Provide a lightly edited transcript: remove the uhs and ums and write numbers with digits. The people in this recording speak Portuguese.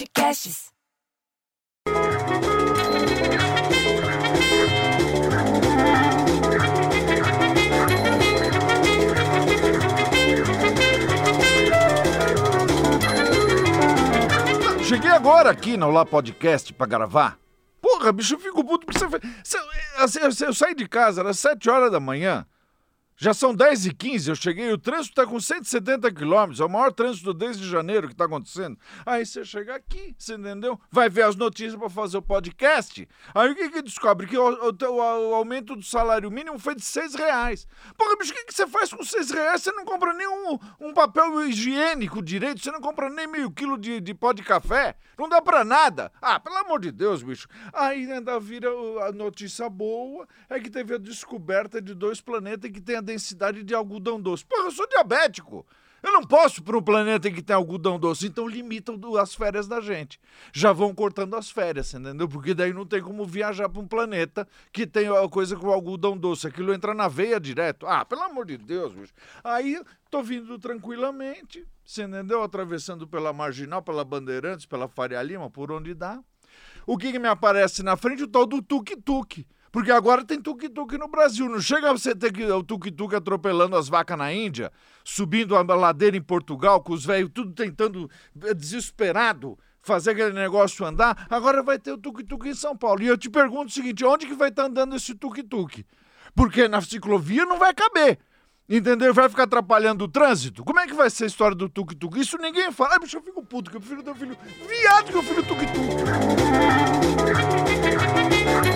Podcasts. Cheguei agora aqui no Olá Podcast pra gravar. Porra, bicho, eu fico puto porque eu saí de casa, era 7 horas da manhã. Já são 10h15, eu cheguei, o trânsito tá com 170 quilômetros, é o maior trânsito desde janeiro que tá acontecendo. Aí você chega aqui, você entendeu? Vai ver as notícias pra fazer o podcast. Aí o que descobre? Que o aumento do salário mínimo foi de R$6. Porra, bicho, o que você faz com R$6? Você não compra nem um papel higiênico direito, você não compra nem meio quilo de pó de café, não dá pra nada. Ah, pelo amor de Deus, bicho. Aí ainda vira a notícia boa, é que teve a descoberta de 2 planetas que tem a densidade de algodão doce. Porra, eu sou diabético. Eu não posso ir para um planeta que tem algodão doce, então limitam as férias da gente. Já vão cortando as férias, entendeu? Porque daí não tem como viajar para um planeta que tem a coisa com algodão doce. Aquilo entra na veia direto. Ah, pelo amor de Deus, bicho. Aí tô vindo tranquilamente, você entendeu? Atravessando pela Marginal, pela Bandeirantes, pela Faria Lima, por onde dá. O que me aparece na frente? O tal do tuk-tuk. Porque agora tem tuk-tuk no Brasil. Não chega você ter o tuk-tuk atropelando as vacas na Índia, subindo a ladeira em Portugal, com os velhos tudo tentando, desesperado, fazer aquele negócio andar. Agora vai ter o tuk-tuk em São Paulo. E eu te pergunto o seguinte, onde que vai estar andando esse tuk-tuk? Porque na ciclovia não vai caber. Entendeu? Vai ficar atrapalhando o trânsito? Como é que vai ser a história do tuk-tuk? Isso ninguém fala. Ai, bicho, eu fico puto, que eu prefiro ter um filho viado que eu filho tuk-tuk.